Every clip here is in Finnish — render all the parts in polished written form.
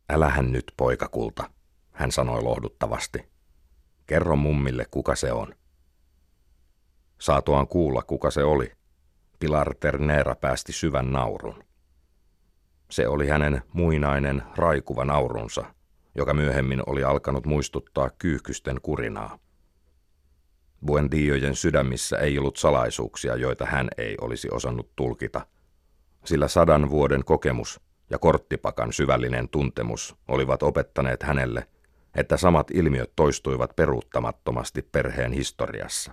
Älähän nyt, poikakulta, hän sanoi lohduttavasti. Kerro mummille, kuka se on. Saatuaan kuulla, kuka se oli, Pilar Ternera päästi syvän naurun. Se oli hänen muinainen, raikuva naurunsa, joka myöhemmin oli alkanut muistuttaa kyyhkysten kurinaa. Buendillojen sydämissä ei ollut salaisuuksia, joita hän ei olisi osannut tulkita, sillä 100 vuoden kokemus ja korttipakan syvällinen tuntemus olivat opettaneet hänelle, että samat ilmiöt toistuivat peruuttamattomasti perheen historiassa.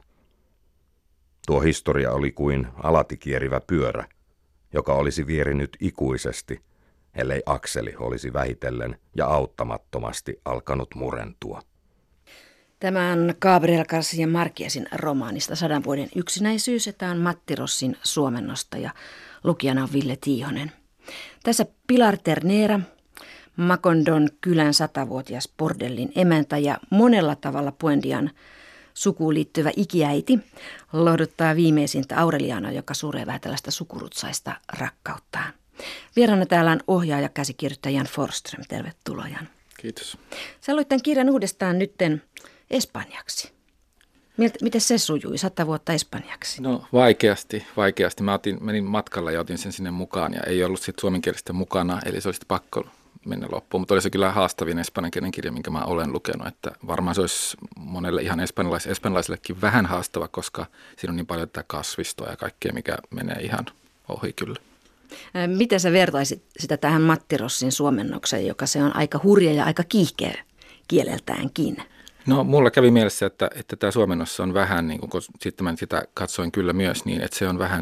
Tuo historia oli kuin alati kierivä pyörä, joka olisi vierinyt ikuisesti, ellei akseli olisi vähitellen ja auttamattomasti alkanut murentua. Tämä on Gabriel García Márquezin romaanista 100 vuoden yksinäisyys, ja tämä on Matti Rossin suomennosta ja lukijana on Ville Tiihonen. Tässä Pilar Ternera, Macondon kylän 100-vuotias bordellin emäntä ja monella tavalla Buendian sukuun liittyvä ikiäiti, lohduttaa viimeisintä Aurelianoa, joka suree vähän tällaista sukurutsaista rakkauttaan. Vieraana täällä on ohjaaja käsikirjoittaja Jan Forsström. Tervetuloa, Jan. Kiitos. Sä luit tämän kirjan uudestaan nytten espanjaksi. Miten se sujui, 100 vuotta espanjaksi? No vaikeasti. Menin matkalla ja otin sen sinne mukaan ja ei ollut sitten suomenkielistä mukana, eli se olisi pakko mennä loppuun. Mutta oli se kyllä haastavin espanjankielinen kirja, minkä mä olen lukenut, että varmaan se olisi monelle ihan espanjalaisillekin vähän haastava, koska siinä on niin paljon tätä kasvistoa ja kaikkea, mikä menee ihan ohi kyllä. Miten sä vertaisit sitä tähän Matti Rossin suomennokseen, joka se on aika hurja ja aika kiihkeä kieleltäänkin? No mulla kävi mielessä, että tämä suomennossa on vähän, niin kun sitten mä sitä katsoin kyllä myös niin, että se on vähän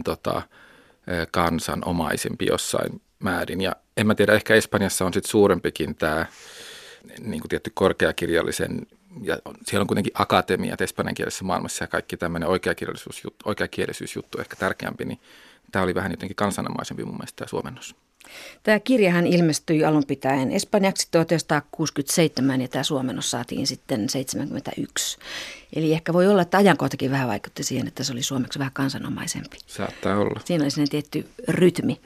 kansanomaisempi jossain määrin. Ja en mä tiedä, ehkä Espanjassa on sitten suurempikin tämä niin kuin tietty korkeakirjallisen, ja siellä on kuitenkin akatemiat espanjankielisessä maailmassa ja kaikki tämmöinen oikeakielisyysjuttu ehkä tärkeämpi, niin tämä oli vähän jotenkin kansanomaisempi mun mielestä tämä suomennos. Tämä kirjahan ilmestyi alun pitäen espanjaksi 1967 ja tämä suomennos saatiin sitten 1971. Eli ehkä voi olla, että ajankohtakin vähän vaikutti siihen, että se oli suomeksi vähän kansanomaisempi. Saattaa olla. Siinä oli sellainen tietty rytmi.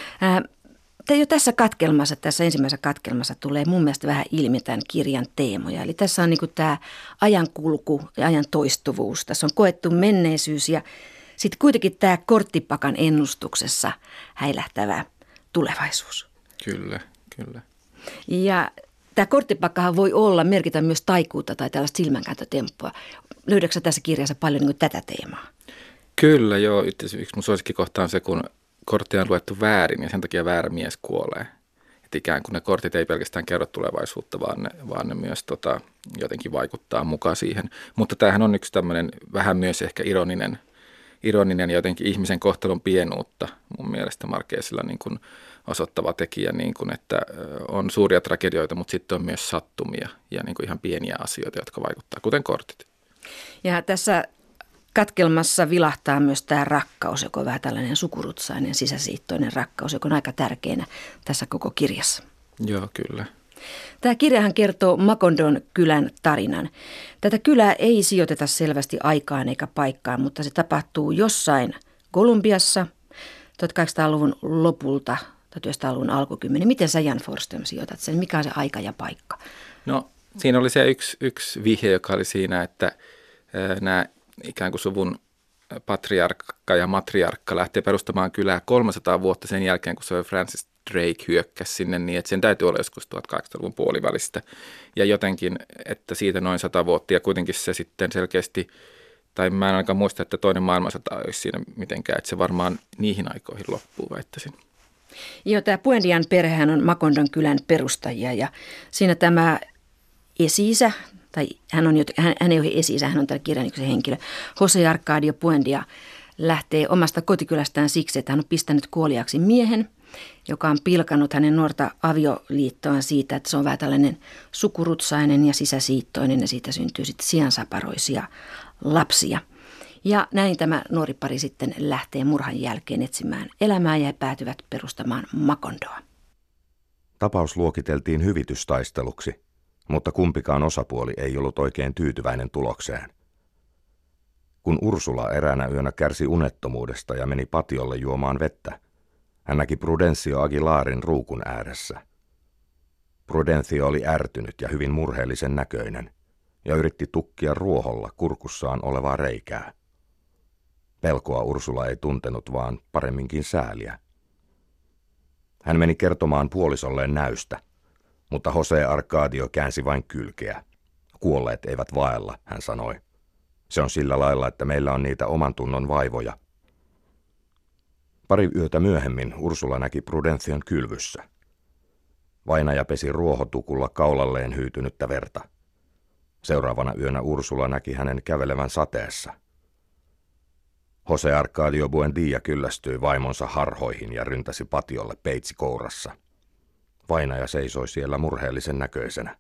Jo tässä katkelmassa, tässä ensimmäisessä katkelmassa tulee mun mielestä vähän ilmi tämän kirjan teemoja. Eli tässä on niin kuin tämä ajankulku ja ajan toistuvuus. Tässä on koettu menneisyys ja sitten kuitenkin tämä korttipakan ennustuksessa häilähtävä tulevaisuus. Kyllä. Ja tämä korttipakkahan voi merkitä myös taikuutta tai tällaista silmänkääntötemppua. Löydätkö tässä kirjassa paljon niin kuin tätä teemaa? Kyllä, joo. Yksi mun suosikkikohta on se, kun kortteja on luettu väärin ja sen takia väärä mies kuolee. Että ikään kuin ne kortit ei pelkästään kerro tulevaisuutta, vaan ne myös jotenkin vaikuttaa mukaan siihen. Mutta tämähän on yksi tämmöinen vähän myös ehkä ironinen ja jotenkin ihmisen kohtalon pienuutta mun mielestä Márquezilla niin kuin osoittava tekijä, niin kuin, että on suuria tragedioita, mutta sitten on myös sattumia ja niin kuin ihan pieniä asioita, jotka vaikuttaa, kuten kortit. Ja tässä katkelmassa vilahtaa myös tämä rakkaus, joka on vähän tällainen sukurutsainen, sisäsiittoinen rakkaus, joka on aika tärkeänä tässä koko kirjassa. Joo, kyllä. Tämä kirjahan kertoo Macondon kylän tarinan. Tätä kylää ei sijoiteta selvästi aikaan eikä paikkaan, mutta se tapahtuu jossain Kolumbiassa 1800-luvun lopulta, 1900-luvun alkukymmenen. Miten sä, Jan Forsström, sijoitat sen? Mikä on se aika ja paikka? No siinä oli se yksi vihje, joka oli siinä, että nämä ikään kuin suvun patriarkka ja matriarkka lähtee perustamaan kylää 300 vuotta sen jälkeen, kun Sir Francis Drake hyökkäsi sinne, niin että sen täytyy olla joskus 1800-luvun puolivälistä. Ja jotenkin, että siitä noin 100 vuotta ja kuitenkin se sitten selkeästi, tai mä en ainakaan muista, että toinen maailmansota olisi siinä mitenkään, että se varmaan niihin aikoihin loppuu, väittäisin. Joo, tämä Buendian perhehän on Macondon kylän perustajia ja siinä tämä esi-isä, tai hän ei ole esi-isä, hän on tämä kirjan henkilö, José Arcadio Buendia lähtee omasta kotikylästään siksi, että hän on pistänyt kuoliaksi miehen, joka on pilkannut hänen nuorta avioliittoaan siitä, että se on vähän tällainen sukurutsainen ja sisäsiittoinen ja siitä syntyy sitten siansaparoisia lapsia. Ja näin tämä nuori pari sitten lähtee murhan jälkeen etsimään elämää ja he päätyvät perustamaan Macondoa. Tapaus luokiteltiin hyvitystaisteluksi, mutta kumpikaan osapuoli ei ollut oikein tyytyväinen tulokseen. Kun Ursula eräänä yönä kärsi unettomuudesta ja meni patiolle juomaan vettä, hän näki Prudencio Aguilarin ruukun ääressä. Prudencio oli ärtynyt ja hyvin murheellisen näköinen ja yritti tukkia ruoholla kurkussaan olevaa reikää. Pelkoa Ursula ei tuntenut, vaan paremminkin sääliä. Hän meni kertomaan puolisolleen näystä, mutta Jose Arcadio käänsi vain kylkeä. Kuolleet eivät vaella, hän sanoi. Se on sillä lailla, että meillä on niitä oman tunnon vaivoja. Pari yötä myöhemmin Ursula näki Prudencion kylvyssä. Vainaja pesi ruohotukulla kaulalleen hyytynyttä verta. Seuraavana yönä Ursula näki hänen kävelevän sateessa. Jose Arcadio Buendia kyllästyi vaimonsa harhoihin ja ryntäsi patiolle peitsi kourassa. Vainaja seisoi siellä murheellisen näköisenä.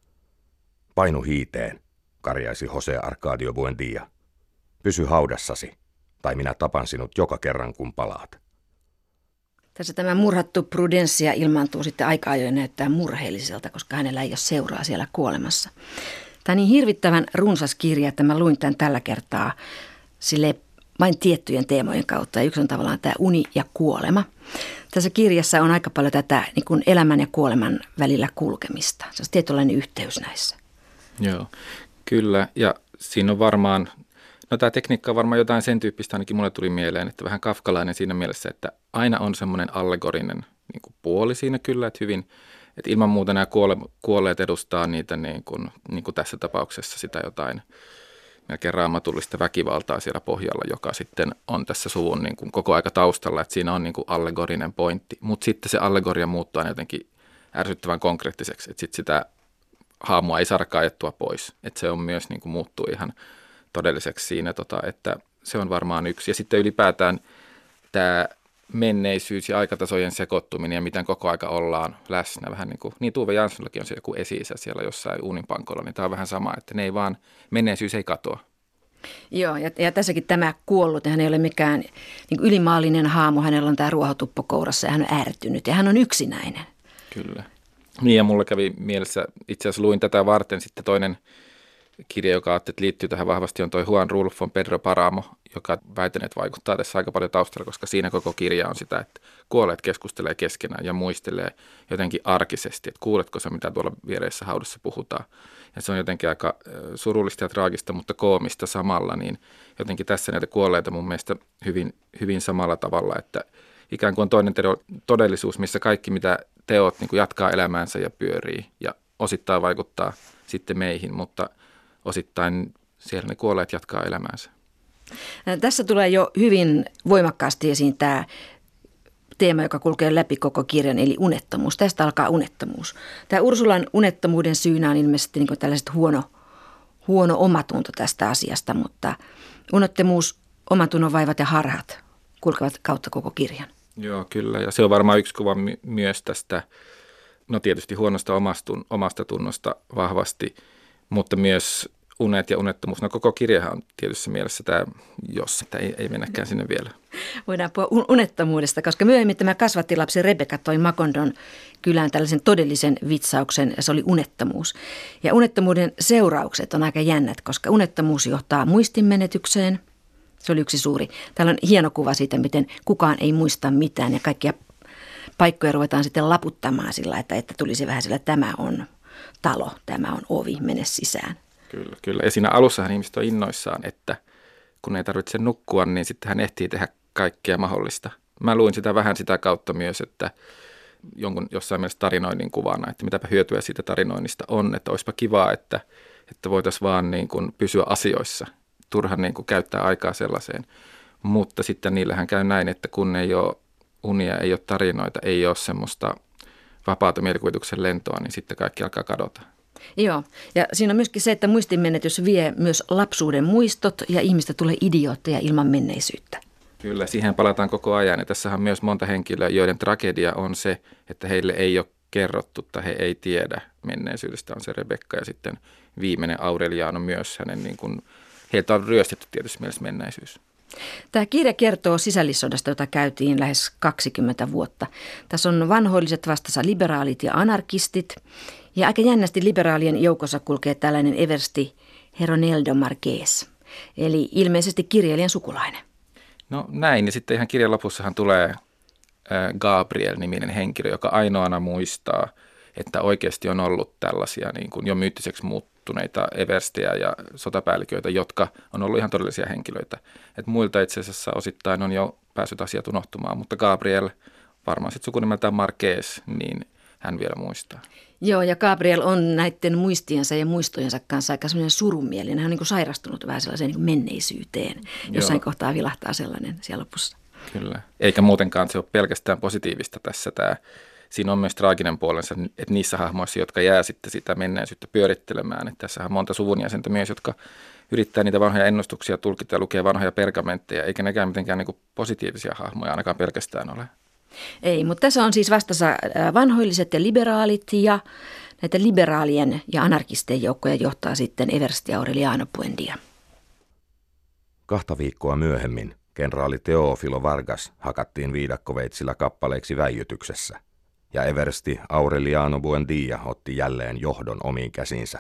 Painu hiiteen, karjaisi Jose Arcadio Buendia. Pysy haudassasi, tai minä tapan sinut joka kerran kun palaat. Tässä tämä murhattu Prudencia ilmaantuu sitten aika ajoin näyttää murheelliselta, koska hänellä ei ole seuraa siellä kuolemassa. Tämä on niin hirvittävän runsas kirja, että mä luin tämän tällä kertaa sille vain tiettyjen teemojen kautta. Ja yksi on tavallaan tämä uni ja kuolema. Tässä kirjassa on aika paljon tätä niin kuin elämän ja kuoleman välillä kulkemista. Se on tietynlainen yhteys näissä. Joo, kyllä. Ja siinä on varmaan, no tämä tekniikka on varmaan jotain sen tyyppistä, ainakin mulle tuli mieleen, että vähän kafkalainen siinä mielessä, että aina on semmoinen allegorinen niin kuin puoli siinä kyllä, että hyvin, että ilman muuta nämä kuolleet edustaa niitä niin kuin tässä tapauksessa sitä jotain melkein raamatullista väkivaltaa siellä pohjalla, joka sitten on tässä suvun niin kuin koko aika taustalla, että siinä on niin kuin allegorinen pointti, mutta sitten se allegoria muuttuu aina jotenkin ärsyttävän konkreettiseksi, että sitten sitä haamua ei saada ajettua pois, että se on myös niin kuin muuttuu ihan todelliseksi siinä, että se on varmaan yksi. Ja sitten ylipäätään tämä menneisyys ja aikatasojen sekoittuminen ja miten koko aika ollaan läsnä. Vähän niin Tuve Janssonillakin on se joku esi-isä siellä jossain uuninpankolla, niin tämä on vähän sama, että ne ei vaan, menneisyys ei katoa. Joo, ja tässäkin tämä kuollut, hän ei ole mikään niin ylimaallinen haamu, hänellä on tämä ruohotuppo kourassa ja hän on ärtynyt ja hän on yksinäinen. Kyllä. Niin ja mulla kävi mielessä, itse asiassa luin tätä varten sitten toinen kirja, joka liittyy tähän vahvasti, on toi Juan Rulfon Pedro Paramo, joka väitän, vaikuttaa tässä aika paljon taustalla, koska siinä koko kirja on sitä, että kuolleet keskustelee keskenään ja muistelee jotenkin arkisesti, että kuuletko sä, mitä tuolla viereisessä haudassa puhutaan. Ja se on jotenkin aika surullista ja traagista, mutta koomista samalla, niin jotenkin tässä näitä kuolleita mun mielestä hyvin, hyvin samalla tavalla, että ikään kuin on toinen todellisuus, missä kaikki mitä teot niin kuin jatkaa elämäänsä ja pyörii ja osittain vaikuttaa sitten meihin, mutta osittain siellä ne kuolleet jatkaa elämäänsä. Tässä tulee jo hyvin voimakkaasti esiin tämä teema, joka kulkee läpi koko kirjan, eli unettomuus. Tästä alkaa unettomuus. Tämä Ursulan unettomuuden syynä on ilmeisesti niin kuin tällaiset huono omatunto tästä asiasta, mutta unettomuus, omatunnon vaivat ja harhat kulkevat kautta koko kirjan. Joo, kyllä. Ja se on varmaan yksi kuva myös tästä, no tietysti huonosta omasta tunnosta vahvasti, mutta myös unet ja unettomuus. No koko kirjahan on tietyssä mielessä tämä, jos sitä ei mennäkään sinne vielä. Voidaan puhua unettomuudesta, koska myöhemmin tämä kasvattilapsi Rebecca toi Macondon kylään tällaisen todellisen vitsauksen, ja se oli unettomuus. Ja unettomuuden seuraukset on aika jännät, koska unettomuus johtaa muistinmenetykseen. Se oli yksi suuri. Täällä on hieno kuva siitä, miten kukaan ei muista mitään ja kaikkia paikkoja ruvetaan sitten laputtamaan sillä, että tulisi vähän sillä, että tämä on talo, tämä on ovi, mene sisään. Kyllä. Ja siinä alussahan ihmiset on innoissaan, että kun ei tarvitse nukkua, niin sitten hän ehtii tehdä kaikkea mahdollista. Mä luin sitä vähän sitä kautta myös, että jossain mielessä tarinoinnin kuvana, että mitäpä hyötyä siitä tarinoinnista on, että olisipa kivaa, että voitaisiin vaan niin kuin pysyä asioissa, turhan niin kuin käyttää aikaa sellaiseen. Mutta sitten niillähän käy näin, että kun ei ole unia, ei ole tarinoita, ei ole semmoista vapaata mielikuvituksen lentoa, niin sitten kaikki alkaa kadota. Joo, ja siinä on myöskin se, että muistinmenetys vie myös lapsuuden muistot ja ihmistä tulee idiootteja ilman menneisyyttä. Kyllä, siihen palataan koko ajan. Ja tässä on myös monta henkilöä, joiden tragedia on se, että heille ei ole kerrottu tai he ei tiedä menneisyydestä. On se Rebecca ja sitten viimeinen Aureliano myös hänen, niin kuin, heiltä on ryöstetty tietysti mielessä menneisyys. Tämä kirja kertoo sisällissodasta, jota käytiin lähes 20 vuotta. Tässä on vanhoilliset vastassa liberaalit ja anarkistit. Ja aika jännästi liberaalien joukossa kulkee tällainen eversti Heroneldo Marqués, eli ilmeisesti kirjailijan sukulainen. No näin, ja sitten ihan kirjan lopussahan tulee Gabriel-niminen henkilö, joka ainoana muistaa, että oikeasti on ollut tällaisia niin kuin jo myyttiseksi muuttuneita everstejä ja sotapäälliköitä, jotka on ollut ihan todellisia henkilöitä. Et muilta itse asiassa osittain on jo päässyt asiat unohtumaan, mutta Gabriel, varmaan sitten sukunimeltään Marquez, niin hän vielä muistaa. Joo, ja Gabriel on näiden muistiensa ja muistojensa kanssa aika sellainen surumielinen. Hän on niin kuin sairastunut vähän sellaiseen niin kuin menneisyyteen. Jossain kohtaa vilahtaa sellainen siellä lopussa. Kyllä. Eikä muutenkaan se ole pelkästään positiivista tässä tämä. Siinä on myös traaginen puolensa, että niissä hahmoissa, jotka jää sitten sitä menneisyyttä pyörittelemään. Että tässä on monta suvun jäsentä myös, jotka yrittää niitä vanhoja ennustuksia tulkita ja lukee vanhoja pergamentteja, eikä nekään mitenkään niin kuin positiivisia hahmoja ainakaan pelkästään ole. Ei, mutta tässä on siis vastassa vanhoilliset ja liberaalit ja näitä liberaalien ja anarkistien joukkoja johtaa sitten Eversti Aureliano Buendia. 2 viikkoa myöhemmin kenraali Teófilo Vargas hakattiin viidakkoveitsillä kappaleiksi väijytyksessä, ja eversti Aureliano Buendia otti jälleen johdon omiin käsinsä.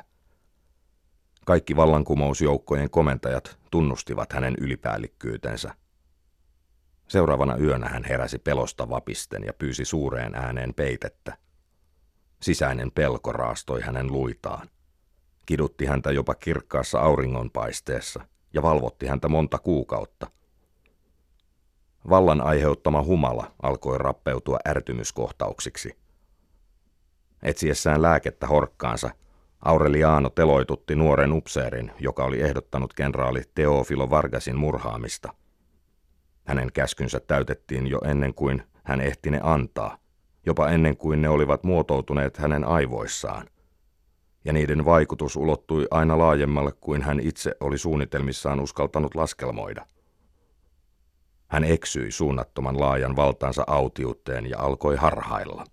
Kaikki vallankumousjoukkojen komentajat tunnustivat hänen ylipäällikkyytensä. Seuraavana yönä hän heräsi pelosta vapisten ja pyysi suureen ääneen peitettä. Sisäinen pelko raastoi hänen luitaan. Kidutti häntä jopa kirkkaassa auringonpaisteessa ja valvotti häntä monta kuukautta. Vallan aiheuttama humala alkoi rappeutua ärtymyskohtauksiksi. Etsiessään lääkettä horkkaansa, Aureliano teloitutti nuoren upseerin, joka oli ehdottanut kenraali Teófilo Vargasin murhaamista. Hänen käskynsä täytettiin jo ennen kuin hän ehti ne antaa, jopa ennen kuin ne olivat muotoutuneet hänen aivoissaan. Ja niiden vaikutus ulottui aina laajemmalle kuin hän itse oli suunnitelmissaan uskaltanut laskelmoida. Hän eksyi suunnattoman laajan valtaansa autiuteen ja alkoi harhailla.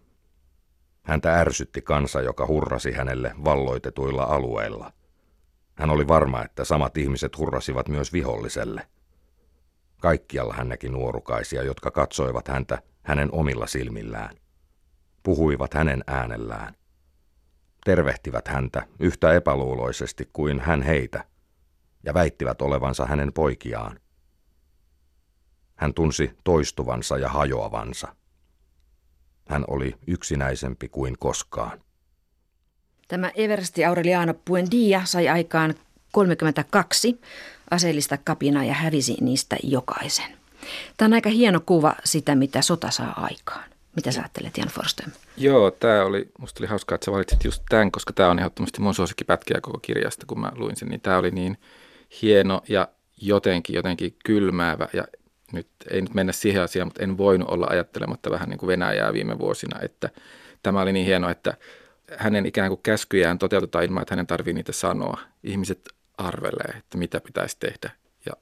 Häntä ärsytti kansa, joka hurrasi hänelle valloitetuilla alueilla. Hän oli varma, että samat ihmiset hurrasivat myös viholliselle. Kaikkialla hän näki nuorukaisia, jotka katsoivat häntä hänen omilla silmillään. Puhuivat hänen äänellään. Tervehtivät häntä yhtä epäluuloisesti kuin hän heitä, ja väittivät olevansa hänen poikiaan. Hän tunsi toistuvansa ja hajoavansa. Hän oli yksinäisempi kuin koskaan. Tämä Eversti Aureliano Buendia sai aikaan 32 aseellista kapinaa ja hävisi niistä jokaisen. Tämä on aika hieno kuva sitä, mitä sota saa aikaan. Mitä sä ajattelet, Jan Forsström? Joo, musta oli hauskaa, että sä valitsit just tämän, koska tämä on ehdottomasti mun suosikkipätkiä koko kirjasta, kun mä luin sen. Niin tämä oli niin hieno ja jotenkin kylmäävä ja ei nyt mennä siihen asiaan, mutta en voinut olla ajattelematta vähän niin kuin Venäjää viime vuosina, että tämä oli niin hieno, että hänen ikään kuin käskyjään toteutetaan ilman, että hänen tarvitsee niitä sanoa. Ihmiset arvelee, että mitä pitäisi tehdä ja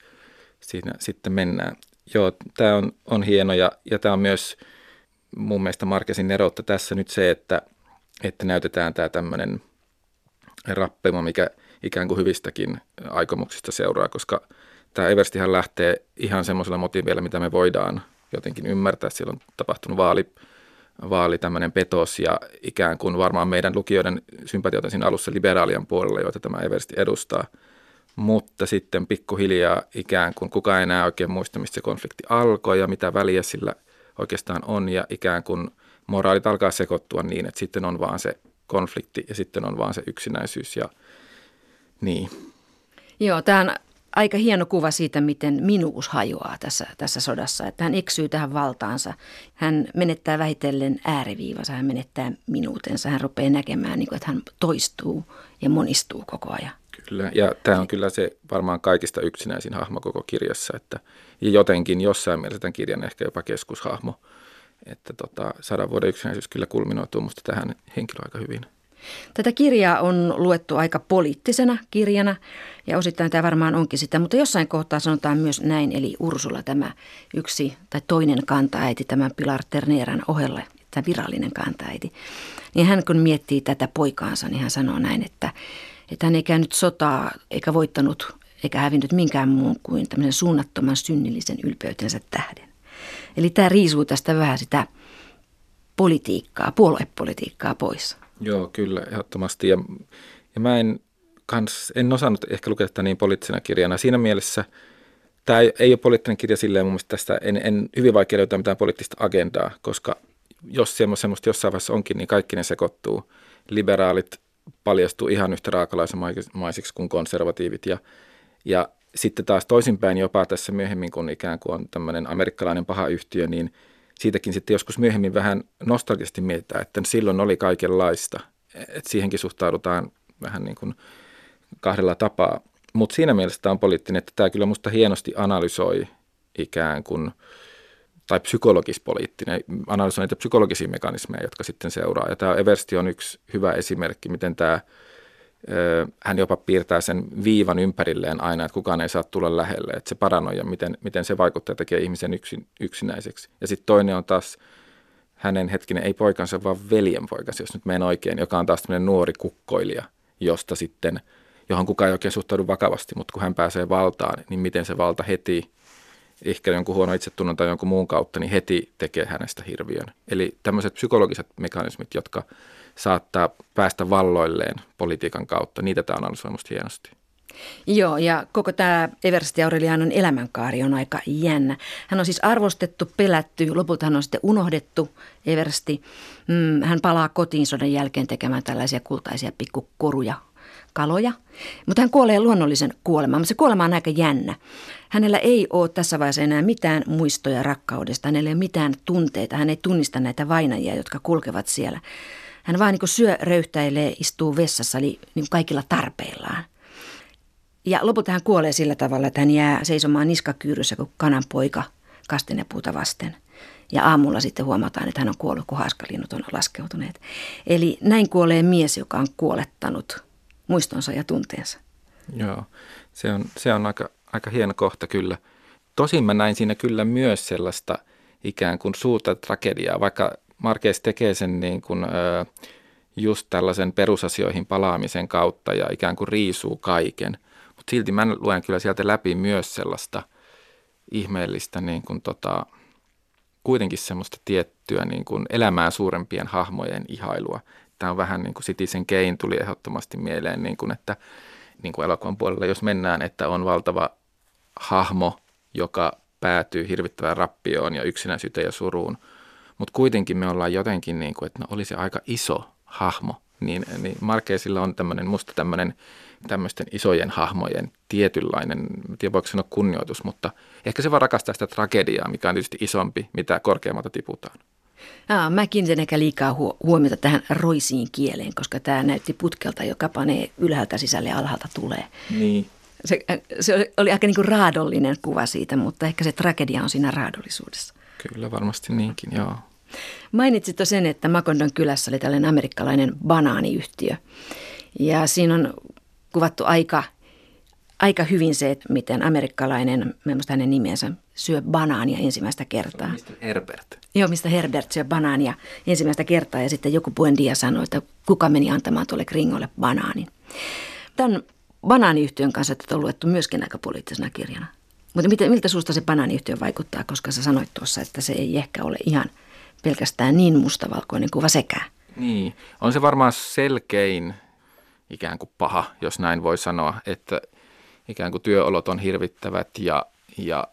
siinä sitten mennään. Joo, tämä on hieno ja tämä on myös mun mielestä Marquezin eroutta tässä nyt se, että näytetään tämä tämmöinen rappelma, mikä ikään kuin hyvistäkin aikomuksista seuraa, koska tämä Everstihan lähtee ihan semmoisella motiivilla, mitä me voidaan jotenkin ymmärtää. Siellä on tapahtunut vaali tämmöinen petos ja ikään kuin varmaan meidän lukijoiden sympatioita siinä alussa liberaalien puolella, joita tämä Eversti edustaa. Mutta sitten pikkuhiljaa ikään kuin kukaan ei enää oikein muista, mistä se konflikti alkoi ja mitä väliä sillä oikeastaan on. Ja ikään kuin moraalit alkaa sekoittua niin, että sitten on vaan se konflikti ja sitten on vaan se yksinäisyys ja niin. Joo, tämä on aika hieno kuva siitä, miten minuus hajoaa tässä sodassa, että hän eksyy tähän valtaansa. Hän menettää vähitellen ääriviivansa, hän menettää minuutensa, hän rupeaa näkemään, että hän toistuu ja monistuu koko ajan. Kyllä, ja tämä on kyllä se varmaan kaikista yksinäisin hahmo koko kirjassa, ja jotenkin jossain mielessä tämän kirjan ehkä jopa keskushahmo, että 100 vuoden yksinäisyys kyllä kulminoituu musta tähän henkilöön aika hyvin. Tätä kirjaa on luettu aika poliittisena kirjana ja osittain tämä varmaan onkin sitä, mutta jossain kohtaa sanotaan myös näin, eli Ursula tämä yksi tai toinen kantaäiti tämän Pilar Terneran ohella, tämä virallinen kantaäiti, niin hän kun miettii tätä poikaansa, niin hän sanoo näin, että hän ei käynyt sotaa eikä voittanut eikä hävinnyt minkään muun kuin tämmöisen suunnattoman synnillisen ylpeytensä tähden. Eli tämä riisuu tästä vähän sitä politiikkaa, puoluepolitiikkaa pois. Joo, kyllä, ehdottomasti. Ja mä en osannut ehkä lukea tätä niin poliittisena kirjana. Siinä mielessä tämä ei ole poliittinen kirja silleen mun mielestä tästä, en hyvin vaikea löytää mitään poliittista agendaa, koska jos semmoista jossain vaiheessa onkin, niin kaikki ne sekoittuu. Liberaalit paljastuu ihan yhtä raakalaisemaisiksi kuin konservatiivit ja sitten taas toisinpäin jopa tässä myöhemmin, kun ikään kuin on tämmöinen amerikkalainen paha yhtiö, niin siitäkin sitten joskus myöhemmin vähän nostalgisesti mietitään, että silloin oli kaikenlaista. Että siihenkin suhtaudutaan vähän niin kuin kahdella tapaa. Mutta siinä mielessä tämä on poliittinen, että tämä kyllä musta hienosti analysoi ikään kuin, tai psykologis-poliittinen, analysoi niitä psykologisia mekanismeja, jotka sitten seuraa. Ja tämä Eversti on yksi hyvä esimerkki, miten hän jopa piirtää sen viivan ympärilleen aina, että kukaan ei saa tulla lähelle, että se paranoia, miten se vaikuttaa ja tekee ihmisen yksinäiseksi. Ja sitten toinen on taas hänen ei poikansa, vaan veljenpoikansa, jos nyt menen oikein, joka on taas tämmöinen nuori kukkoilija, johon kukaan ei oikein suhtaudu vakavasti, mutta kun hän pääsee valtaan, niin miten se valta heti, ehkä jonkun huono itsetunnon tai jonkun muun kautta, niin heti tekee hänestä hirviön. Eli tämmöiset psykologiset mekanismit, jotka saattaa päästä valloilleen politiikan kautta, niitä tämä analysoi musta hienosti. Joo, ja koko tämä Eversti Aurelianon elämänkaari on aika jännä. Hän on siis arvostettu, pelätty, lopulta hän on sitten unohdettu, Eversti. Hän palaa kotiin sodan jälkeen tekemään tällaisia kultaisia pikkukoruja, kaloja, mutta hän kuolee luonnollisen kuolemaan, mutta se kuolema on aika jännä. Hänellä ei ole tässä vaiheessa enää mitään muistoja rakkaudesta, hänellä ei ole mitään tunteita, hän ei tunnista näitä vainajia, jotka kulkevat siellä. Hän vaan niin kuin syö, röyhtäilee, istuu vessassa, eli niin kuin kaikilla tarpeillaan. Ja lopulta hän kuolee sillä tavalla, että hän jää seisomaan niskakyyryssä kuin kananpoika kastenepuuta vasten. Ja aamulla sitten huomataan, että hän on kuollut, kun haaskalinnut on laskeutuneet. Eli näin kuolee mies, joka on kuolettanut muistonsa ja tunteensa. Joo, se on aika hieno kohta kyllä. Tosin mä näin siinä kyllä myös sellaista ikään kuin suurta tragediaa, vaikka Marquez tekee sen niin kuin, just tällaisen perusasioihin palaamisen kautta ja ikään kuin riisuu kaiken. Mutta silti mä luen kyllä sieltä läpi myös sellaista ihmeellistä niin kuin kuitenkin semmoista tiettyä niin kuin elämää suurempien hahmojen ihailua. Tämä on vähän niin kuin Citizen Kane tuli ehdottomasti mieleen, niin kuin, että niin kuin elokuvan puolella jos mennään, että on valtava hahmo, joka päätyy hirvittävään rappioon ja yksinäisyyteen ja suruun. Mutta kuitenkin me ollaan jotenkin, niin kuin, että no oli se aika iso hahmo. Niin Marquezilla on musta tämmöisten isojen hahmojen tietynlainen, en tiedä voiko sanoa kunnioitus, mutta ehkä se vaan rakastaa sitä tragediaa, mikä on tietysti isompi, mitä korkeammalta tiputaan. Mä kiinnitän ehkä liikaa huomiota tähän roisiin kieleen, koska tämä näytti putkelta, joka panee ylhäältä sisälle ja alhaalta tulee. Niin. Se oli aika niin kuin raadollinen kuva siitä, mutta ehkä se tragedia on siinä raadollisuudessa. Kyllä, varmasti niinkin, joo. Mainitsit jo sen, että Macondon kylässä oli tällainen amerikkalainen banaaniyhtiö. Ja siinä on kuvattu aika hyvin se, että miten amerikkalainen, mielestäni hänen nimensä, syö banaania ensimmäistä kertaa. Mr. Herbert. Joo, Mr. Herbert syö banaania ensimmäistä kertaa ja sitten joku Buendia sanoi, että kuka meni antamaan tuolle Gringolle banaanin. Tämän banaaniyhtiön kanssa tätä on luettu myöskin aika poliittisena kirjana. Mutta miltä susta se banaaniyhtiö vaikuttaa, koska sä sanoit tuossa, että se ei ehkä ole ihan pelkästään niin mustavalkoinen kuva sekään. Niin, on se varmaan selkein ikään kuin paha, jos näin voi sanoa, että ikään kuin työolot on hirvittävät ja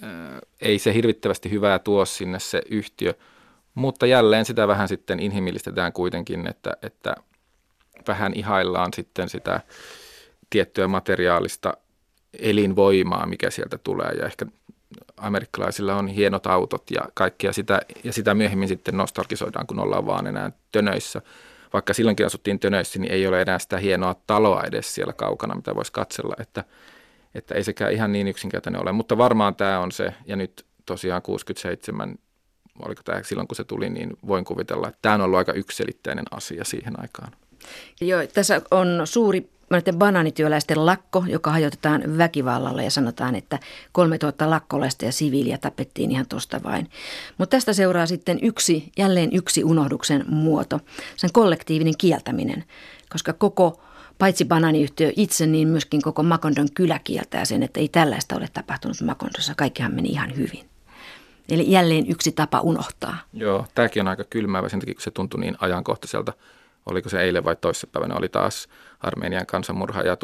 ei se hirvittävästi hyvää tuo sinne se yhtiö, mutta jälleen sitä vähän sitten inhimillistetään kuitenkin, että vähän ihaillaan sitten sitä tiettyä materiaalista elinvoimaa, mikä sieltä tulee ja ehkä amerikkalaisilla on hienot autot ja kaikkea sitä myöhemmin sitten nostalgisoidaan, kun ollaan vaan enää tönöissä. Vaikka silloinkin asuttiin tönöissä, niin ei ole enää sitä hienoa taloa edes siellä kaukana, mitä voisi katsella, että ei sekään ihan niin yksinkertainen ole. Mutta varmaan tämä on se, ja nyt tosiaan 67, oliko tämä silloin kun se tuli, niin voin kuvitella, että tämä on ollut aika yksiselitteinen asia siihen aikaan. Joo, tässä on suuri banaanityöläisten lakko, joka hajotetaan väkivallalla ja sanotaan, että 3000 lakkolaista ja siviiliä tapettiin ihan tuosta vain. Mutta tästä seuraa sitten jälleen yksi unohduksen muoto, sen kollektiivinen kieltäminen, koska paitsi banaaniyhtiö itse, niin myöskin koko Macondon kylä kieltää sen, että ei tällaista ole tapahtunut Macondossa, kaikkihan meni ihan hyvin. Eli jälleen yksi tapa unohtaa. Joo, tämäkin on aika kylmäävä sen takia, kun se tuntui niin ajankohtaiselta. Oliko se eilen vai toissapäivänä, oli taas Armenian kansanmurha ja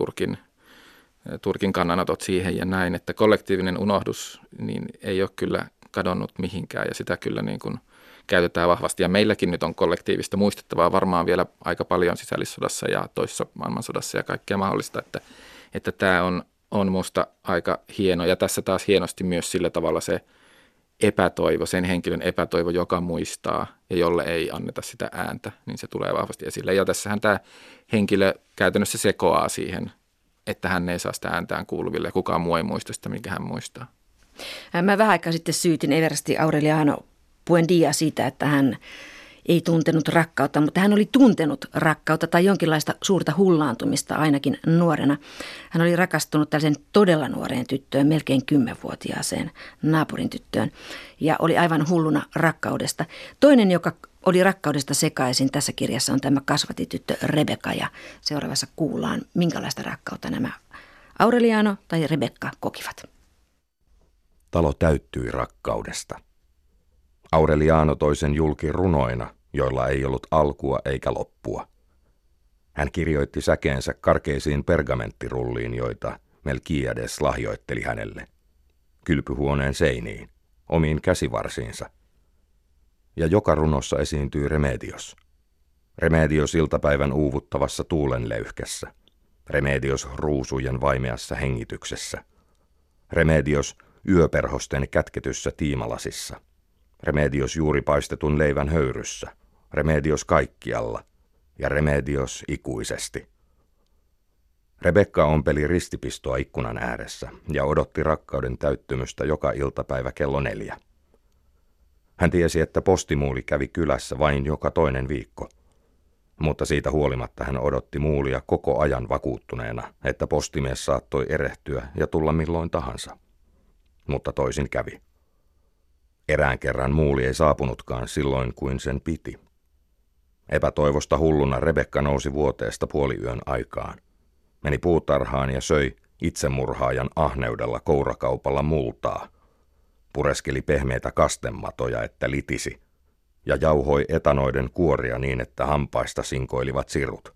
Turkin kannanotot siihen ja näin, että kollektiivinen unohdus niin ei ole kyllä kadonnut mihinkään ja sitä kyllä niin kuin käytetään vahvasti. Ja meilläkin nyt on kollektiivista muistettavaa varmaan vielä aika paljon sisällissodassa ja toisessa maailmansodassa ja kaikkea mahdollista, että tämä on musta aika hieno. Ja tässä taas hienosti myös sillä tavalla se epätoivo, sen henkilön epätoivo, joka muistaa ja jolle ei anneta sitä ääntä, niin se tulee vahvasti esille. Ja tässähän tämä henkilö käytännössä sekoaa siihen, että hän ei saa sitä ääntään kuuluville ja kukaan muu ei muista sitä, minkä hän muistaa. Mä vähän aikaa sitten syytin eversti Aureliano Buendia siitä, että hän ei tuntenut rakkautta, mutta hän oli tuntenut rakkautta tai jonkinlaista suurta hullaantumista ainakin nuorena. Hän oli rakastunut tällaisen todella nuoreen tyttöön, melkein 10-vuotiaaseen naapurin tyttöön ja oli aivan hulluna rakkaudesta. Toinen, joka oli rakkaudesta sekaisin tässä kirjassa, on tämä kasvatityttö Rebekka ja seuraavassa kuullaan, minkälaista rakkautta nämä Aureliano tai Rebekka kokivat. Talo täyttyi rakkaudesta. Aureliano toi sen julki runoina, joilla ei ollut alkua eikä loppua. Hän kirjoitti säkeensä karkeisiin pergamenttirulliin, joita Melkiades lahjoitteli hänelle, kylpyhuoneen seiniin, omiin käsivarsiinsa. Ja joka runossa esiintyi Remedios. Remedios iltapäivän uuvuttavassa tuulenleyhkässä. Remedios ruusujen vaimeassa hengityksessä. Remedios yöperhosten kätketyssä tiimalasissa. Remedios juuri paistetun leivän höyryssä, Remedios kaikkialla ja Remedios ikuisesti. Rebekka ompeli ristipistoa ikkunan ääressä ja odotti rakkauden täyttymystä joka iltapäivä kello 4. Hän tiesi, että postimuuli kävi kylässä vain joka toinen viikko, mutta siitä huolimatta hän odotti muulia koko ajan vakuuttuneena, että postimies saattoi erehtyä ja tulla milloin tahansa. Mutta toisin kävi. Erään kerran muuli ei saapunutkaan silloin kuin sen piti. Epätoivosta hulluna Rebekka nousi vuoteesta puoliyön aikaan. Meni puutarhaan ja söi itsemurhaajan ahneudella kourakaupalla multaa. Pureskeli pehmeitä kastematoja, että litisi, ja jauhoi etanoiden kuoria niin, että hampaista sinkoilivat sirut.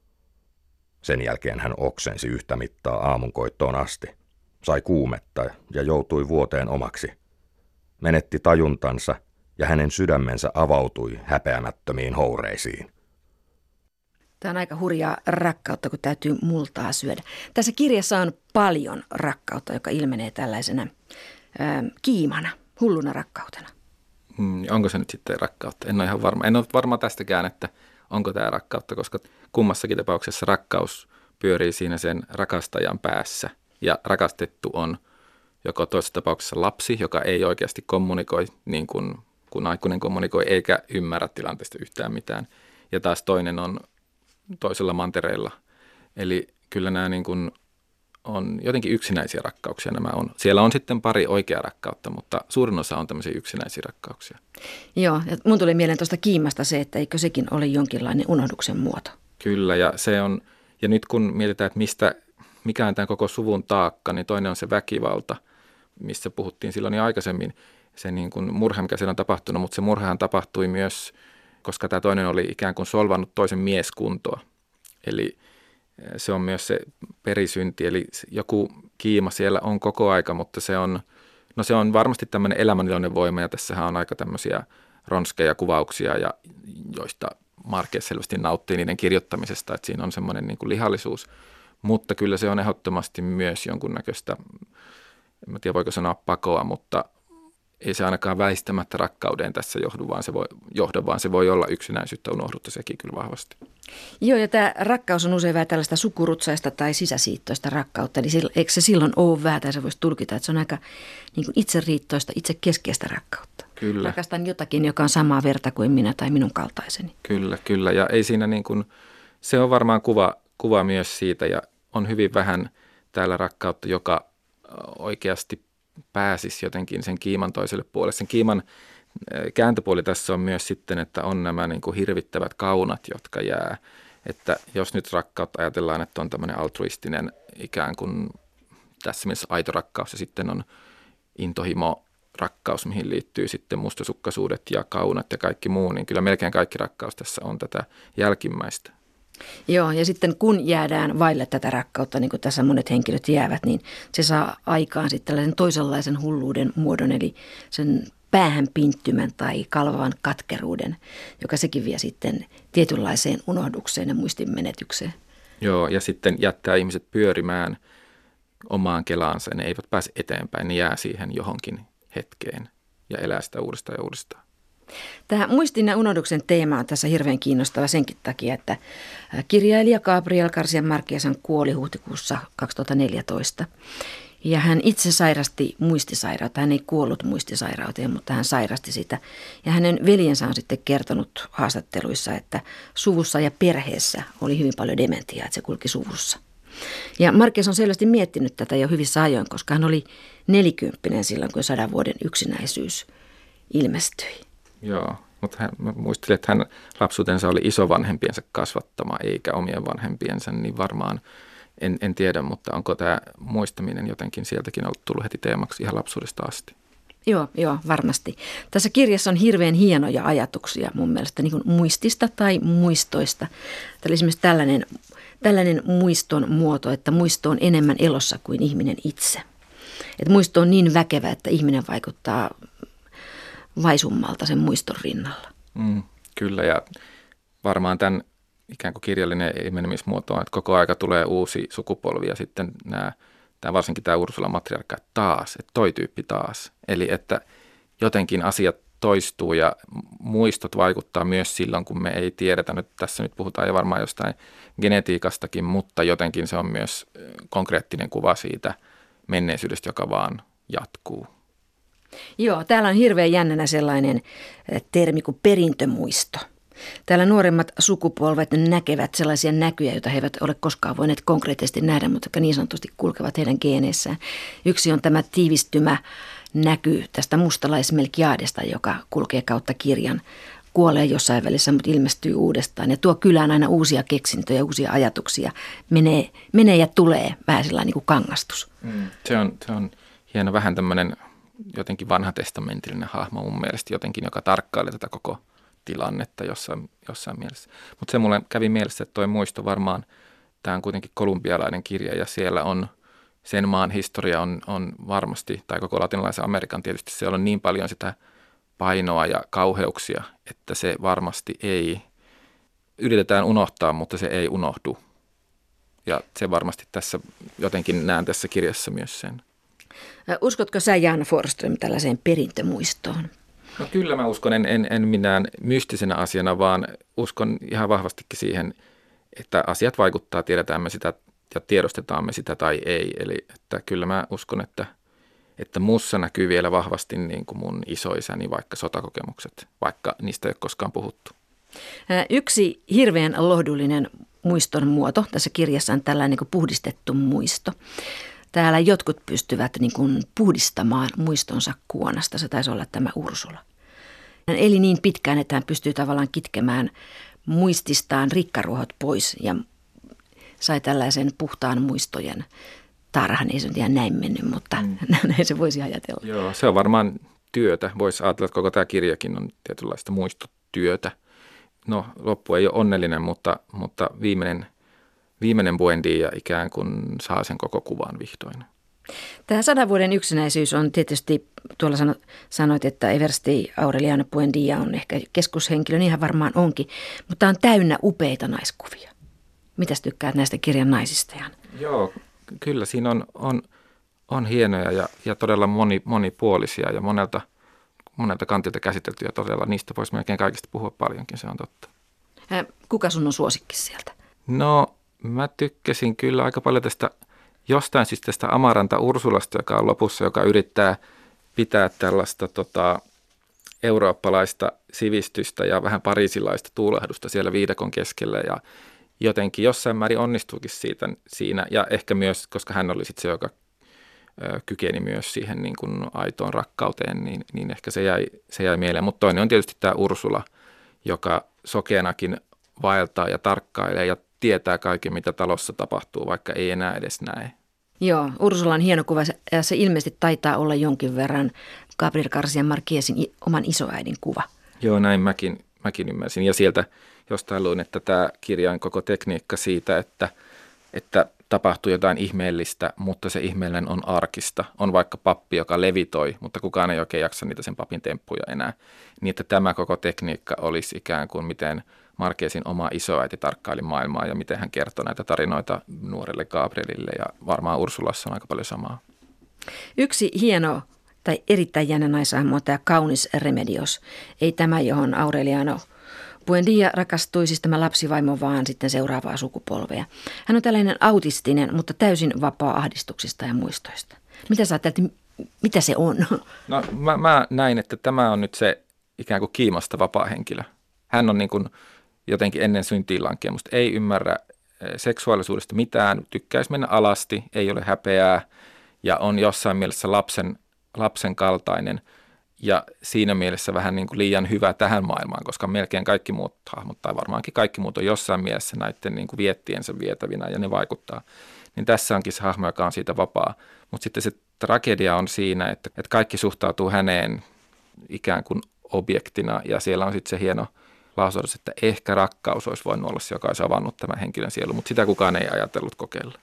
Sen jälkeen hän oksensi yhtä mittaa aamunkoittoon asti, sai kuumetta ja joutui vuoteen omaksi. Menetti tajuntansa ja hänen sydämensä avautui häpeämättömiin houreisiin. Tämä on aika hurjaa rakkautta, kun täytyy multaa syödä. Tässä kirjassa on paljon rakkautta, joka ilmenee tällaisena kiimana, hulluna rakkautena. Onko se nyt sitten rakkautta? En ole ihan varma. En ole varma tästäkään, että onko tämä rakkautta, koska kummassakin tapauksessa rakkaus pyörii siinä sen rakastajan päässä. Ja rakastettu on joko toisessa tapauksessa lapsi, joka ei oikeasti kommunikoi niin kuin kun aikuinen kommunikoi eikä ymmärrä tilanteesta yhtään mitään. Ja taas toinen on toisella mantereella. Eli kyllä nämä niin kuin on jotenkin yksinäisiä rakkauksia nämä on. Siellä on sitten pari oikeaa rakkautta, mutta suurin osa on tämmöisiä yksinäisiä rakkauksia. Joo, ja mun tuli mieleen tuosta kiimasta se, että eikö sekin ole jonkinlainen unohduksen muoto. Kyllä, ja se on, ja nyt kun mietitään, että mikä on tämän koko suvun taakka, niin toinen on se väkivalta, missä puhuttiin silloin jo aikaisemmin, se niin kuin murha, mikä siellä on tapahtunut, mutta se murhahan tapahtui myös, koska tämä toinen oli ikään kuin solvannut toisen mieskuntoa. Eli se on myös se perisynti, eli joku kiima siellä on koko aika, mutta se on varmasti tämmöinen elämäniloinen voima, ja tässähän on aika tämmöisiä ronskeja kuvauksia, ja joista Marquez selvästi nauttii niiden kirjoittamisesta, että siinä on semmoinen niin kuin lihallisuus, mutta kyllä se on ehdottomasti myös jonkunnäköistä, en tiedä voiko sanoa pakoa, mutta ei se ainakaan väistämättä rakkauden tässä johda, vaan se voi olla yksinäisyyttä, unohdutta sekin kyllä vahvasti. Joo, ja tämä rakkaus on usein vähän tällaista sukurutsaista tai sisäsiittoista rakkautta, eli eikö se silloin ole vähän, tai se voisi tulkita, että se on aika niin kuin itseriittoista, itsekeskeistä rakkautta. Kyllä. Rakastan jotakin, joka on samaa verta kuin minä tai minun kaltaiseni. Kyllä, ja ei siinä niin kuin, se on varmaan kuva myös siitä, ja on hyvin vähän täällä rakkautta, joka oikeasti pääsisi jotenkin sen kiiman toiselle puolelle. Sen kiiman kääntöpuoli tässä on myös sitten, että on nämä niin kuin hirvittävät kaunat, jotka jää. Että jos nyt rakkautta ajatellaan, että on tämmöinen altruistinen ikään kuin tässä mielessä aito rakkaus ja sitten on intohimo rakkaus, mihin liittyy sitten mustasukkaisuudet ja kaunat ja kaikki muu, niin kyllä melkein kaikki rakkaus tässä on tätä jälkimmäistä. Joo, ja sitten kun jäädään vaille tätä rakkautta, niin kuin tässä monet henkilöt jäävät, niin se saa aikaan sitten tällaisen toisenlaisen hulluuden muodon, eli sen päähänpinttymän tai kalvavan katkeruuden, joka sekin vie sitten tietynlaiseen unohdukseen ja muistinmenetykseen. Joo, ja sitten jättää ihmiset pyörimään omaan kelaansa. Ne eivät pääse eteenpäin, ne jää siihen johonkin hetkeen ja elää sitä uudestaan ja uudestaan. Tämä muistin ja unohduksen teema on tässä hirveän kiinnostava senkin takia, että kirjailija Gabriel García Márquez kuoli huhtikuussa 2014. Ja hän itse sairasti muistisairautta. Hän ei kuollut muistisairauteen, mutta hän sairasti sitä. Ja hänen veljensä on sitten kertonut haastatteluissa, että suvussa ja perheessä oli hyvin paljon dementiaa, että se kulki suvussa. Ja Márquez on selvästi miettinyt tätä jo hyvissä ajoin, koska hän oli 40 silloin, kun 100 vuoden yksinäisyys ilmestyi. Joo, mutta mä muistelin, että hän lapsuutensa oli isovanhempiensa kasvattama eikä omien vanhempiensa, niin varmaan en tiedä, mutta onko tämä muistaminen jotenkin sieltäkin ollut tullut heti teemaksi ihan lapsuudesta asti? Joo, varmasti. Tässä kirjassa on hirveän hienoja ajatuksia mun mielestä niin kuin muistista tai muistoista. Tämä oli esimerkiksi tällainen muiston muoto, että muisto on enemmän elossa kuin ihminen itse. Että muisto on niin väkevä, että ihminen vaikuttaa vaisummalta sen muiston rinnalla. Kyllä, ja varmaan tämän ikään kuin kirjallinen ilmenemismuoto on, että koko aika tulee uusi sukupolvi ja sitten varsinkin tämä Ursula matriarkka taas, että toi tyyppi taas. Eli että jotenkin asiat toistuu ja muistot vaikuttaa myös silloin, kun me ei tiedetä. Tässä nyt puhutaan jo varmaan jostain genetiikastakin, mutta jotenkin se on myös konkreettinen kuva siitä menneisyydestä, joka vaan jatkuu. Joo, täällä on hirveän jännänä sellainen termi kuin perintömuisto. Täällä nuoremmat sukupolvet näkevät sellaisia näkyjä, joita he eivät ole koskaan voineet konkreettisesti nähdä, mutta jotka niin sanotusti kulkevat heidän geeneissään. Yksi on tämä tiivistymä näky tästä mustalaismelkiadesta, joka kulkee kautta kirjan. Kuolee jossain välissä, mutta ilmestyy uudestaan. Ja tuo kylään aina uusia keksintöjä, uusia ajatuksia. Menee ja tulee vähän sellainen niin kuin kangastus. Se on hieno, vähän tämmöinen jotenkin vanhatestamentillinen hahmo mun mielestä jotenkin, joka tarkkailee tätä koko tilannetta jossain mielessä. Mutta se mulle kävi mielessä, että toi muisto varmaan, tämä on kuitenkin kolumbialainen kirja ja siellä on sen maan historia on varmasti, tai koko latinalaisen Amerikan tietysti, siellä on niin paljon sitä painoa ja kauheuksia, että se varmasti ei, yritetään unohtaa, mutta se ei unohdu. Ja se varmasti tässä, jotenkin näen tässä kirjassa myös sen. Uskotko sä, Jan Forsström, tällaiseen perintömuistoon? No kyllä mä uskon, en minään mystisenä asiana, vaan uskon ihan vahvastikin siihen, että asiat vaikuttaa, tiedetään me sitä ja tiedostetaan me sitä tai ei. Eli että kyllä mä uskon, että mussa näkyy vielä vahvasti niin kuin mun isoisäni vaikka sotakokemukset, vaikka niistä ei ole koskaan puhuttu. Yksi hirveän lohdullinen muiston muoto tässä kirjassa on tällainen niin kuin puhdistettu muisto. Täällä jotkut pystyvät niin kuin puhdistamaan muistonsa kuonasta. Se taisi olla tämä Ursula. Hän eli niin pitkään, että hän pystyy tavallaan kitkemään muististaan rikkaruohot pois ja sai tällaisen puhtaan muistojen tarhan. Ei se nyt ihan näin mennyt, mutta näin se voisi ajatella. Joo, se on varmaan työtä. Voisi ajatella, että koko tämä kirjakin on tietynlaista muistotyötä. No, loppu ei ole onnellinen, mutta viimeinen buendi ja ikään kuin saa sen koko kuvan vihdoin. Tämä 100 vuoden yksinäisyys on tietysti, tuolla sanoit, että Eversti Aureliano Buendía on ehkä keskushenkilö, niin ihan varmaan onkin, mutta on täynnä upeita naiskuvia. Mitäs tykkäät näistä kirjan naisista, Jan? Joo, kyllä siinä on hienoja ja todella monipuolisia ja monelta kantilta käsiteltyjä todella. Niistä voisi melkein kaikista puhua paljonkin, se on totta. Kuka sun on suosikki sieltä? No, mä tykkäsin kyllä aika paljon jostain siis tästä Amaranta Ursulasta, joka on lopussa, joka yrittää pitää tällaista eurooppalaista sivistystä ja vähän parisilaista tuulahdusta siellä viidakon keskellä ja jotenkin jossain määrin onnistuukin siinä ja ehkä myös, koska hän oli sitten se, joka kykeni myös siihen niin kuin aitoon rakkauteen, niin ehkä se jäi mieleen. Mutta toinen on tietysti tämä Ursula, joka sokeanakin vaeltaa ja tarkkailee ja tietää kaiken, mitä talossa tapahtuu, vaikka ei enää edes näe. Joo, Ursula on hieno kuva ja se ilmeisesti taitaa olla jonkin verran Gabriel García Márquezin oman isoäidin kuva. Joo, näin mäkin ymmärsin. Ja sieltä jostain luin, että tämä kirjan koko tekniikka siitä, että tapahtuu jotain ihmeellistä, mutta se ihmeellinen on arkista. On vaikka pappi, joka levitoi, mutta kukaan ei oikein jaksa niitä sen papin temppuja enää. Niin että tämä koko tekniikka olisi ikään kuin miten Marquezin oma isoäiti tarkkaili maailmaa ja miten hän kertoi näitä tarinoita nuorelle Gabrielille, ja varmaan Ursulassa on aika paljon samaa. Yksi hieno tai erittäin jännä naisahmo on tämä kaunis Remedios. Ei tämä, johon Aureliano Buendia rakastui, siis tämä lapsivaimo, vaan sitten seuraavaa sukupolvea. Hän on tällainen autistinen, mutta täysin vapaa ahdistuksista ja muistoista. Mitä sä ajattelet, mitä se on? No mä näin, että tämä on nyt se ikään kuin kiimasta vapaa henkilö. Hän on niin kuin jotenkin ennen syntiin lankemusta, ei ymmärrä seksuaalisuudesta mitään, tykkäisi mennä alasti, ei ole häpeää ja on jossain mielessä lapsen kaltainen ja siinä mielessä vähän niin kuin liian hyvä tähän maailmaan, koska melkein kaikki muut hahmot tai varmaankin kaikki muut on jossain mielessä näiden niin kuin viettiensä vietävinä ja ne vaikuttaa. Niin tässä onkin se hahmo, joka on siitä vapaa, mutta sitten se tragedia on siinä, että kaikki suhtautuu häneen ikään kuin objektina ja siellä on sitten se hieno lausahdus, että ehkä rakkaus olisi voinut olla se, joka olisi avannut tämän henkilön sielu, mutta sitä kukaan ei ajatellut kokeilla.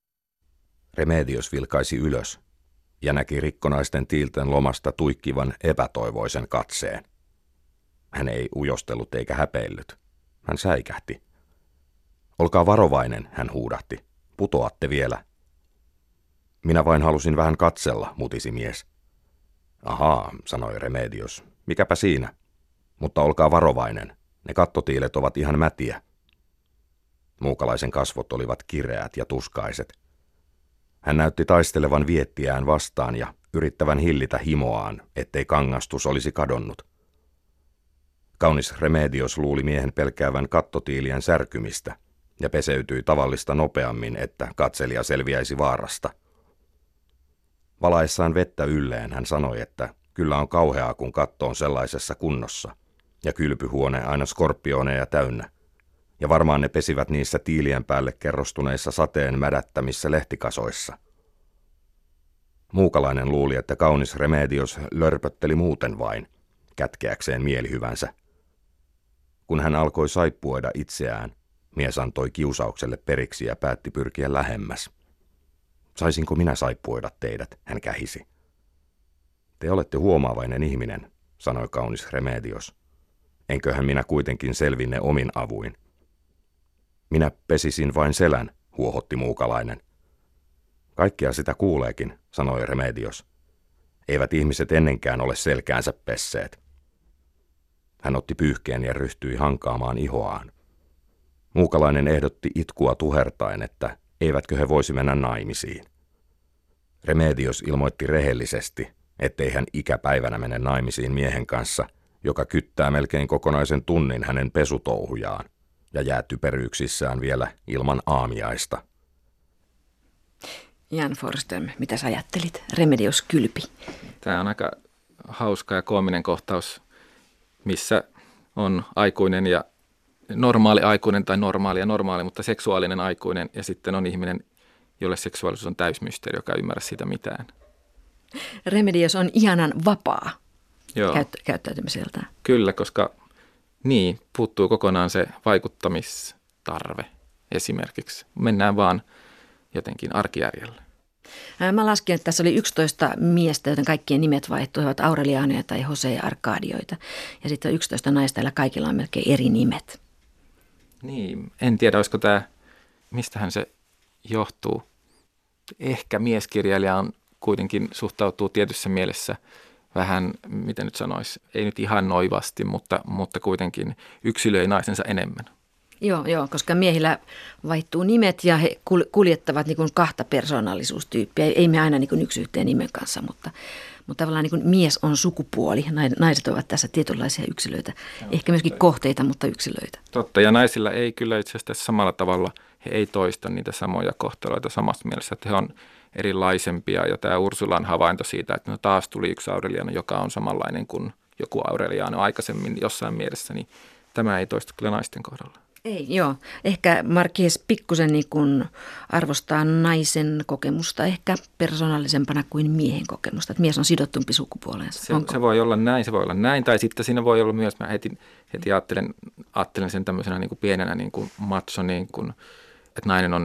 Remedios vilkaisi ylös ja näki rikkonaisten tiilten lomasta tuikkivan epätoivoisen katseen. Hän ei ujostellut eikä häpeillyt. Hän säikähti. Olkaa varovainen, hän huudahti. Putoatte vielä. Minä vain halusin vähän katsella, mutisi mies. Ahaa, sanoi Remedios. Mikäpä siinä? Mutta olkaa varovainen. Ne kattotiilet ovat ihan mätiä. Muukalaisen kasvot olivat kireät ja tuskaiset. Hän näytti taistelevan viettiään vastaan ja yrittävän hillitä himoaan, ettei kangastus olisi kadonnut. Kaunis Remedios luuli miehen pelkäävän kattotiilien särkymistä ja peseytyi tavallista nopeammin, että katselija selviäisi vaarasta. Valaessaan vettä ylleen hän sanoi, että kyllä on kauheaa, kun katto on sellaisessa kunnossa, ja kylpyhuone aina skorpioneja täynnä, ja varmaan ne pesivät niissä tiilien päälle kerrostuneissa sateen mädättämissä lehtikasoissa. Muukalainen luuli, että kaunis Remedios lörpötteli muuten vain, kätkeäkseen mielihyvänsä. Kun hän alkoi saippuoida itseään, mies antoi kiusaukselle periksi ja päätti pyrkiä lähemmäs. Saisinko minä saippuoida teidät, hän kähisi. Te olette huomaavainen ihminen, sanoi kaunis Remedios. Enköhän minä kuitenkin selvinne omin avuin. Minä pesisin vain selän, huohotti muukalainen. Kaikkea sitä kuuleekin, sanoi Remedios. Eivät ihmiset ennenkään ole selkäänsä pesseet. Hän otti pyyhkeen ja ryhtyi hankaamaan ihoaan. Muukalainen ehdotti itkua tuhertaen, että eivätkö he voisi mennä naimisiin. Remedios ilmoitti rehellisesti, ettei hän ikäpäivänä mene naimisiin miehen kanssa, joka kyttää melkein kokonaisen tunnin hänen pesutouhujaan ja jää typeryyksissään vielä ilman aamiaista. Jan Forsström, mitä sä ajattelit? Remedios kylpi. Tämä on aika hauska ja koominen kohtaus, missä on aikuinen ja normaali aikuinen tai normaali, mutta seksuaalinen aikuinen ja sitten on ihminen, jolle seksuaalisuus on täysmysteeri, joka ei ymmärrä siitä mitään. Remedios on ihanan vapaa käyttäytymiseltään. Kyllä, koska niin, puuttuu kokonaan se vaikuttamistarve esimerkiksi. Mennään vaan jotenkin arkijärjellä. Mä lasken, että tässä oli 11 miestä, joten kaikkien nimet vaihtuivat Aurelianeja tai Jose ja Arkadioita. Ja sitten on 11 naista, joilla kaikilla on melkein eri nimet. Niin, en tiedä, olisiko tämä, mistähän se johtuu. Ehkä mieskirjailija on kuitenkin suhtautuu tietyssä mielessä vähän, miten nyt sanoisi, ei nyt ihan noivasti, mutta kuitenkin yksilöi naisensa enemmän. Joo, koska miehillä vaihtuu nimet ja he kuljettavat niin kuin kahta persoonallisuustyyppiä. Ei me aina niin kuin yksi yhteen nimen kanssa, mutta tavallaan niin kuin mies on sukupuoli. Naiset ovat tässä tietynlaisia yksilöitä. Ehkä myöskin kohteita, mutta yksilöitä. Totta, ja naisilla ei kyllä itse asiassa samalla tavalla, he ei toista niitä samoja kohtaloita samassa mielessä, että he on erilaisempia. Ja tämä Ursulan havainto siitä, että no taas tuli yksi Aureliano, joka on samanlainen kuin joku Aureliano aikaisemmin jossain mielessä, niin tämä ei toista kyllä naisten kohdalla. Ei, joo. Ehkä Marquez pikkusen niin kuin arvostaa naisen kokemusta ehkä persoonallisempana kuin miehen kokemusta. Että mies on sidottumpi sukupuoleensa. Se voi olla näin, tai sitten siinä voi olla myös, mä heti ajattelen sen tämmöisenä niin kuin pienenä niin kuin macho, niin kuin, että nainen on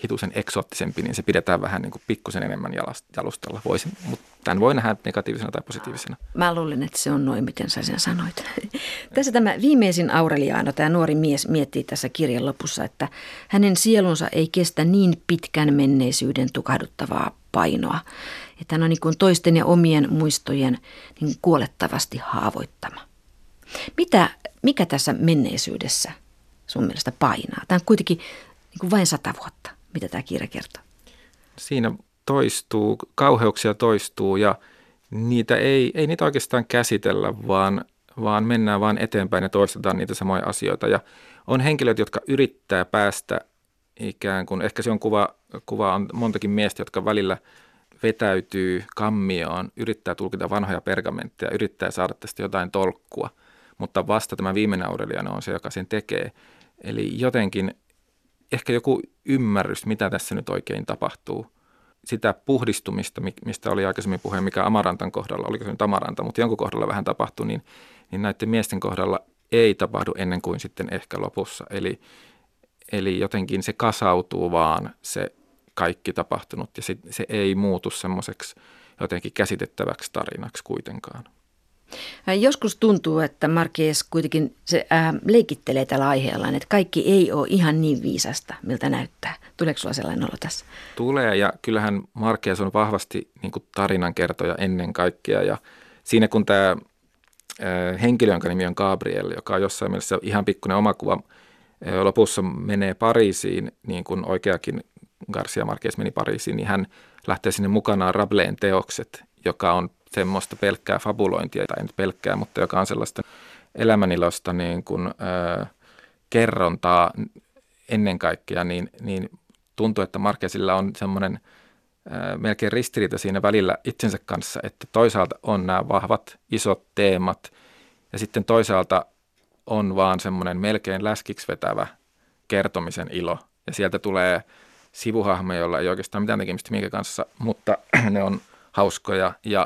hitusen eksoottisempi, niin se pidetään vähän niin kuin pikkusen enemmän jalustalla. Mutta tämän voi nähdä negatiivisena tai positiivisena. Mä luulen, että se on noin, miten sä sen sanoit. Tässä tämä viimeisin Aureliano, tämä nuori mies, miettii tässä kirjan lopussa, että hänen sielunsa ei kestä niin pitkän menneisyyden tukahduttavaa painoa, että hän on niin kuin toisten ja omien muistojen niin kuolettavasti haavoittama. Mikä tässä menneisyydessä sun mielestä painaa? Tämä on kuitenkin niin kuin vain 100 vuotta, mitä tämä kirja kertoo. Siinä toistuu, kauheuksia toistuu ja niitä ei niitä oikeastaan käsitellä, vaan mennään vaan eteenpäin ja toistetaan niitä samoja asioita. Ja on henkilöt, jotka yrittää päästä ikään kuin, ehkä se on kuva on montakin miestä, jotka välillä vetäytyy kammioon, yrittää tulkita vanhoja pergamentteja, yrittää saada tästä jotain tolkkua, mutta vasta tämä viimeinen Aureliano on se, joka sen tekee. Eli jotenkin ehkä joku ymmärrys, mitä tässä nyt oikein tapahtuu. Sitä puhdistumista, mistä oli aikaisemmin puhe, mikä Amarantan kohdalla, oliko se nyt Amaranta, mutta jonkun kohdalla vähän tapahtui, niin näiden miesten kohdalla ei tapahdu ennen kuin sitten ehkä lopussa. Eli jotenkin se kasautuu vaan se kaikki tapahtunut ja se ei muutu semmoiseksi jotenkin käsitettäväksi tarinaksi kuitenkaan. Joskus tuntuu, että Marquez kuitenkin se leikittelee tällä aiheella, että kaikki ei ole ihan niin viisasta, miltä näyttää. Tuleeko sulla sellainen olo tässä? Tulee, ja kyllähän Marquez on vahvasti niin kuin tarinankertoja ennen kaikkea. Ja siinä kun tämä henkilö, jonka nimi on Gabriel, joka on jossain mielessä ihan pikkuinen omakuva, lopussa menee Pariisiin, niin kuin oikeakin Garcia Marquez meni Pariisiin, niin hän lähtee sinne mukanaan Rabelain teokset, joka on semmoista pelkkää fabulointia, tai ei nyt pelkkää, mutta joka on sellaista elämänilosta niin kuin, kerrontaa ennen kaikkea, niin tuntuu, että Marquezilla on semmoinen melkein ristiriita siinä välillä itsensä kanssa, että toisaalta on nämä vahvat isot teemat, ja sitten toisaalta on vaan semmoinen melkein läskiksi vetävä kertomisen ilo, ja sieltä tulee sivuhahmoja, joilla ei oikeastaan mitään tekemistä minkä kanssa, mutta ne on hauskoja ja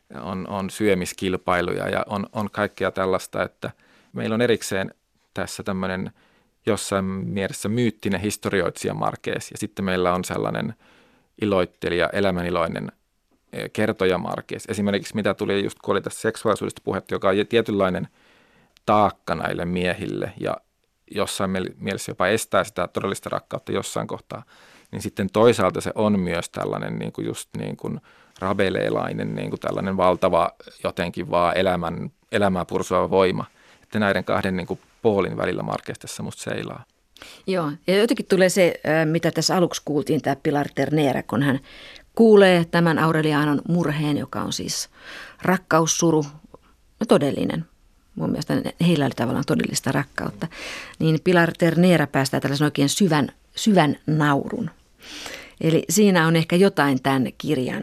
on syömiskilpailuja ja on kaikkea tällaista, että meillä on erikseen tässä tämmöinen jossain mielessä myyttinen historioitsija Marquez ja sitten meillä on sellainen iloittelija, elämäniloinen kertoja Marquez. Esimerkiksi mitä tuli just kun oli tästä seksuaalisuudesta puhetta, joka on tietynlainen taakka näille miehille ja jossain mielessä jopa estää sitä todellista rakkautta jossain kohtaa, niin sitten toisaalta se on myös tällainen niin kuin just niin kuin rabeleilainen niin kuin tällainen valtava jotenkin vaan elämää pursuava voima. Että näiden kahden niin kuin poolin välillä Marquez tässä musta seilaa. Joo, ja jotenkin tulee se, mitä tässä aluksi kuultiin, tämä Pilar Ternera, kun hän kuulee tämän Aurelianon murheen, joka on siis rakkaussuru, todellinen. Mun mielestä heillä oli tavallaan todellista rakkautta. Niin Pilar Ternera päästää tällaisen oikein syvän naurun. Eli siinä on ehkä jotain tämän kirjan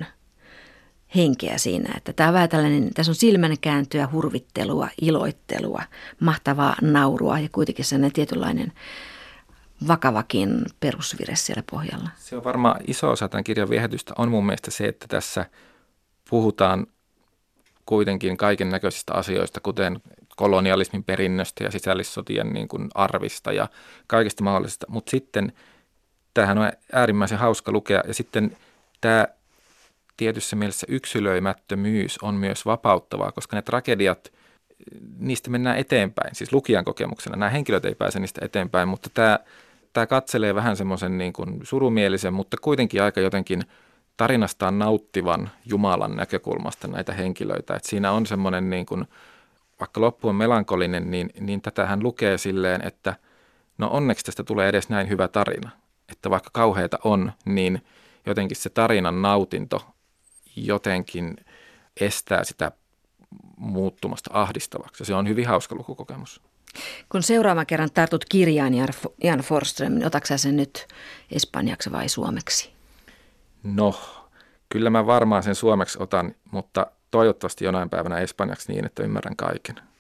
henkeä siinä, että tämä on vähän tällainen, tässä on silmänkääntöä, hurvittelua, iloittelua, mahtavaa naurua ja kuitenkin sellainen tietynlainen vakavakin perusvire siellä pohjalla. Se on varmaan iso osa tämän kirjan viehätystä on mun mielestä se, että tässä puhutaan kuitenkin kaiken näköisistä asioista, kuten kolonialismin perinnöstä ja sisällissotien niin kuin arvista ja kaikesta mahdollisesta. Mutta sitten tämähän on äärimmäisen hauska lukea ja sitten tämä tietyssä mielessä yksilöimättömyys on myös vapauttavaa, koska ne tragediat, niistä mennään eteenpäin, siis lukijan kokemuksena. Nämä henkilöt ei pääse niistä eteenpäin, mutta tämä katselee vähän semmoisen niin kuin surumielisen, mutta kuitenkin aika jotenkin tarinastaan nauttivan Jumalan näkökulmasta näitä henkilöitä. Että siinä on semmoinen, niin kuin, vaikka loppu on melankolinen, niin tätä hän lukee silleen, että no onneksi tästä tulee edes näin hyvä tarina. Että vaikka kauheita on, niin jotenkin se tarinan nautinto jotenkin estää sitä muuttumasta ahdistavaksi. Ja se on hyvin hauska lukukokemus. Kun seuraavan kerran tartut kirjaan, Jan Forsström, niin otatko sä sen nyt espanjaksi vai suomeksi? No, kyllä mä varmaan sen suomeksi otan, mutta toivottavasti jonain päivänä espanjaksi niin, että ymmärrän kaiken.